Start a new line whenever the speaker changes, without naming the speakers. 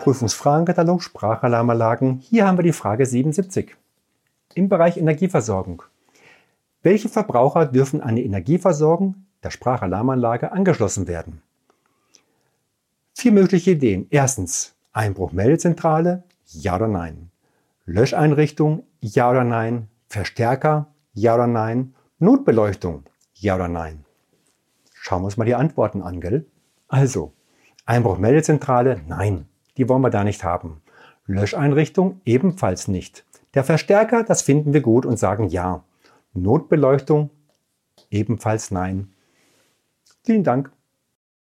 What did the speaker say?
Prüfungsfragenkatalog Sprachalarmanlagen. Hier haben wir die Frage 77. Im Bereich Energieversorgung. Welche Verbraucher dürfen an die Energieversorgung der Sprachalarmanlage angeschlossen werden? 4 mögliche Ideen. Erstens, Einbruchmeldezentrale, ja oder nein. Löscheinrichtung, ja oder nein. Verstärker, ja oder nein. Notbeleuchtung, ja oder nein. Schauen wir uns mal die Antworten an, gell? Also, Einbruchmeldezentrale, nein, die wollen wir da nicht haben. Löscheinrichtung ebenfalls nicht. Der Verstärker, das finden wir gut und sagen ja. Notbeleuchtung ebenfalls nein. Vielen Dank.